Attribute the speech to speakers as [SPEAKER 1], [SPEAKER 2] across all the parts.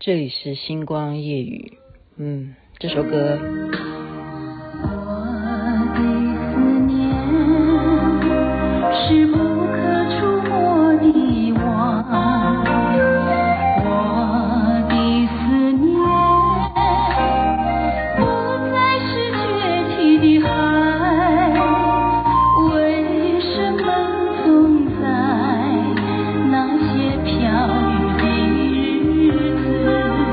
[SPEAKER 1] 这里是星光夜雨。这首歌
[SPEAKER 2] 是不可触摸的网，我的思念不再是决堤的海，为什么总在那些飘雨的日子，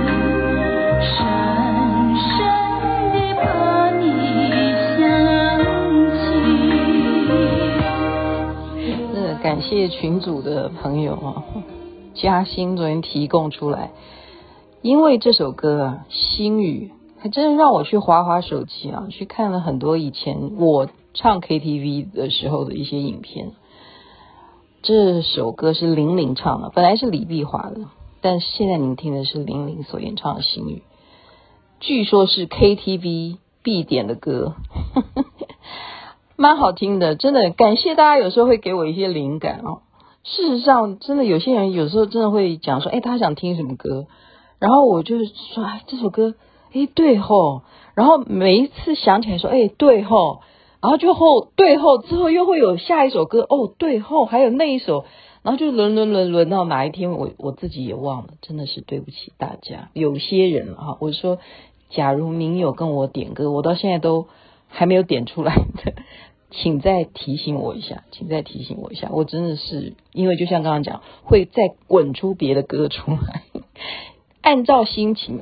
[SPEAKER 2] 深深地把你想起。
[SPEAKER 1] 感谢群组的朋友嘉欣昨天提供出来，因为这首歌星雨还真的让我去滑手机去看了很多以前我唱 KTV 的时候的一些影片。这首歌是玲玲唱的，本来是李碧华的，但现在你们听的是玲玲所演唱的星雨，据说是 KTV 必点的歌蛮好听的，真的感谢大家有时候会给我一些灵感事实上真的有些人有时候真的会讲说他想听什么歌，然后我就说这首歌对吼，然后每一次想起来说对吼，然后就对后之后又会有下一首歌对后还有那一首，然后就轮到哪一天我自己也忘了，真的是对不起大家。有些人我说假如您有跟我点歌，我到现在都还没有点出来的，请再提醒我一下，我真的是因为就像刚刚讲会再滚出别的歌出来按照心情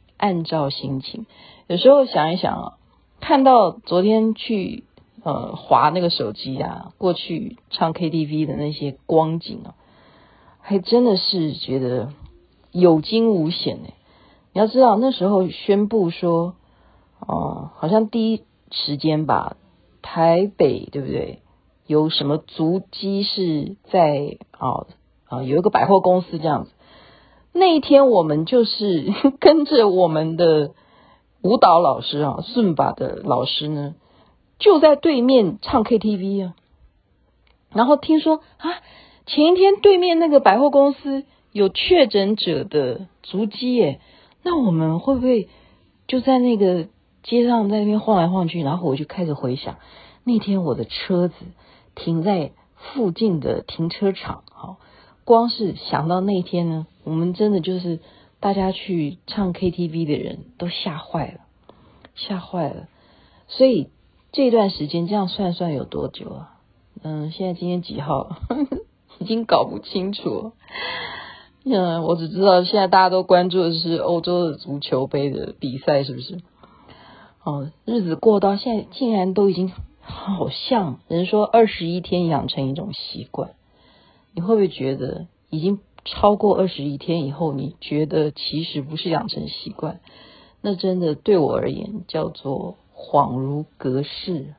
[SPEAKER 1] 有时候想一想看到昨天去滑那个手机过去唱 KTV 的那些光景还真的是觉得有惊无险你要知道那时候宣布说好像第一时间吧，台北对不对？有什么足迹是在有一个百货公司这样子。那一天我们就是跟着我们的舞蹈老师顺把的老师呢，就在对面唱 KTV 然后听说前一天对面那个百货公司有确诊者的足迹耶，那我们会不会就在那个街上在那边晃来晃去？然后我就开始回想那天我的车子停在附近的停车场光是想到那天呢，我们真的就是大家去唱 KTV 的人都吓坏了。所以这段时间这样算有多久现在今天几号已经搞不清楚我只知道现在大家都关注的是欧洲的足球杯的比赛，是不是日子过到现在竟然都已经好像人说21天养成一种习惯，你会不会觉得已经超过21天以后，你觉得其实不是养成习惯，那真的对我而言叫做恍如隔世，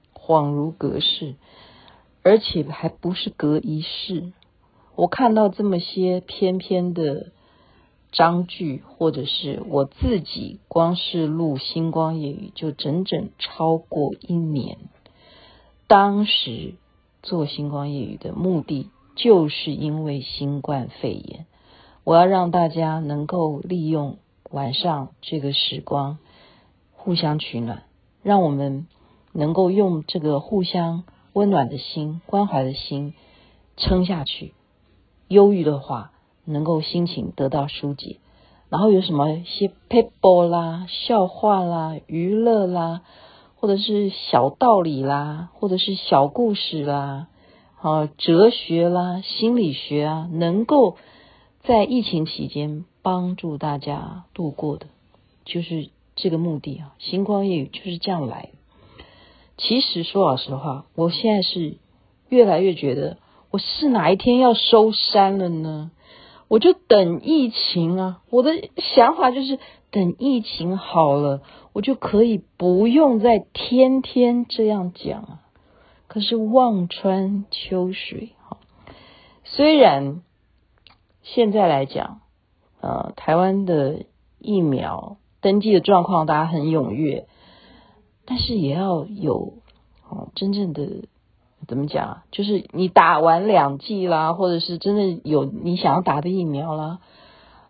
[SPEAKER 1] 而且还不是隔一世。我看到这么些偏偏的章句，或者是我自己光是录星光夜语就整整超过1年。当时做星光夜语的目的就是因为新冠肺炎，我要让大家能够利用晚上这个时光互相取暖，让我们能够用这个互相温暖的心、关怀的心撑下去，忧郁的话能够心情得到疏解，然后有什么一些 paper 啦、笑话啦、娱乐啦，或者是小道理啦，或者是小故事啦，哲学啦、心理学能够在疫情期间帮助大家度过的，就是这个目的星光夜语就是这样来的。其实说老实话，我现在是越来越觉得我是哪一天要收山了呢？我就等疫情我的想法就是等疫情好了，我就可以不用再天天这样讲可是望穿秋水虽然现在来讲台湾的疫苗登记的状况大家很踊跃，但是也要有真正的怎么讲就是你打完2剂啦，或者是真的有你想要打的疫苗啦，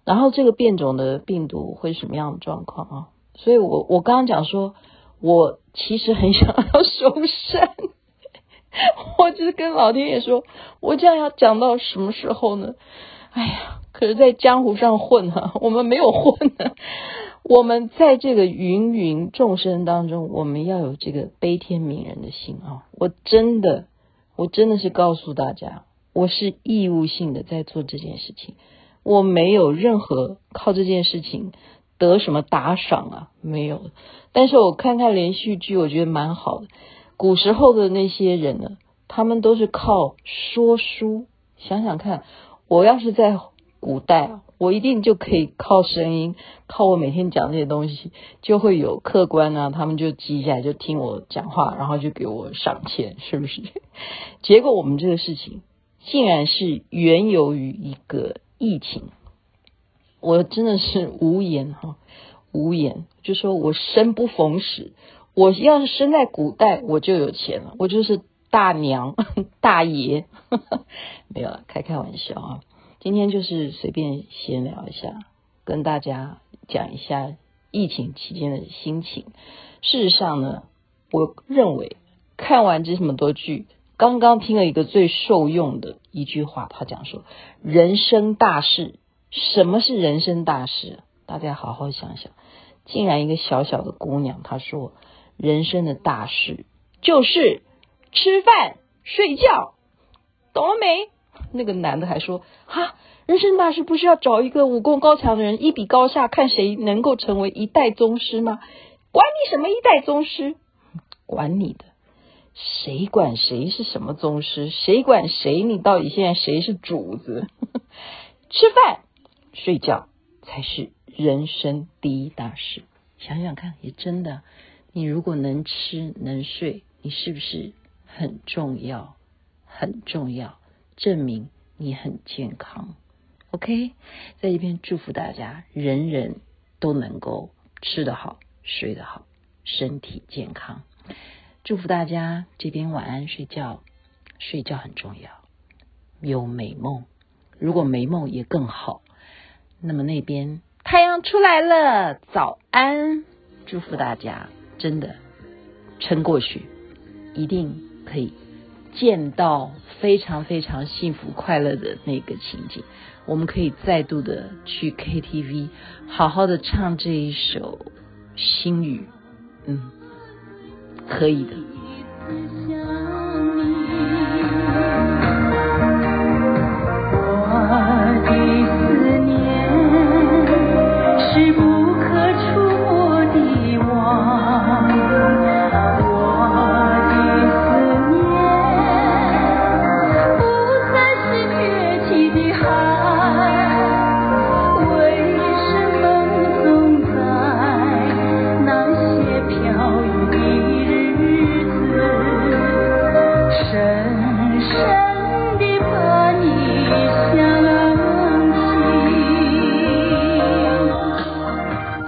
[SPEAKER 1] 然后这个变种的病毒会什么样的状况啊？所以我刚刚讲说，我其实很想要收山，我就是跟老天爷说，我这样要讲到什么时候呢？哎呀，可是在江湖上混啊，我们没有混啊，我们在这个芸芸众生当中，我们要有这个悲天悯人的心啊！我真的是告诉大家，我是义务性的在做这件事情，我没有任何靠这件事情得什么打赏啊，没有。但是我看看连续剧，我觉得蛮好的。古时候的那些人呢，他们都是靠说书。想想看，我要是在古代，我一定就可以靠声音，靠我每天讲这些东西，就会有客官啊，他们就记下来，就听我讲话，然后就给我赏钱，是不是？结果我们这个事情竟然是缘由于一个疫情，我真的是无言，就说我生不逢时，我要是生在古代，我就有钱了，我就是大娘大爷没有了，开玩笑啊。今天就是随便闲聊一下，跟大家讲一下疫情期间的心情。事实上呢，我认为看完这么多剧，刚刚听了一个最受用的一句话，他讲说人生大事。什么是人生大事？大家好好想想。竟然一个小小的姑娘，她说人生的大事就是吃饭睡觉，懂了没？那个男的还说人生大事不是要找一个武功高强的人一比高下，看谁能够成为一代宗师吗？管你什么一代宗师，管你的，谁管谁是什么宗师，谁管谁你到底现在谁是主子吃饭睡觉才是人生第一大事。想想看，也真的，你如果能吃能睡，你是不是很重要？证明你很健康。 OK， 在这边祝福大家人人都能够吃得好睡得好，身体健康。祝福大家这边晚安睡觉很重要，有美梦，如果没梦也更好。那么那边太阳出来了，早安，祝福大家真的撑过去，一定可以见到非常非常幸福快乐的那个情景。我们可以再度的去 KTV 好好的唱这一首心语，可以的。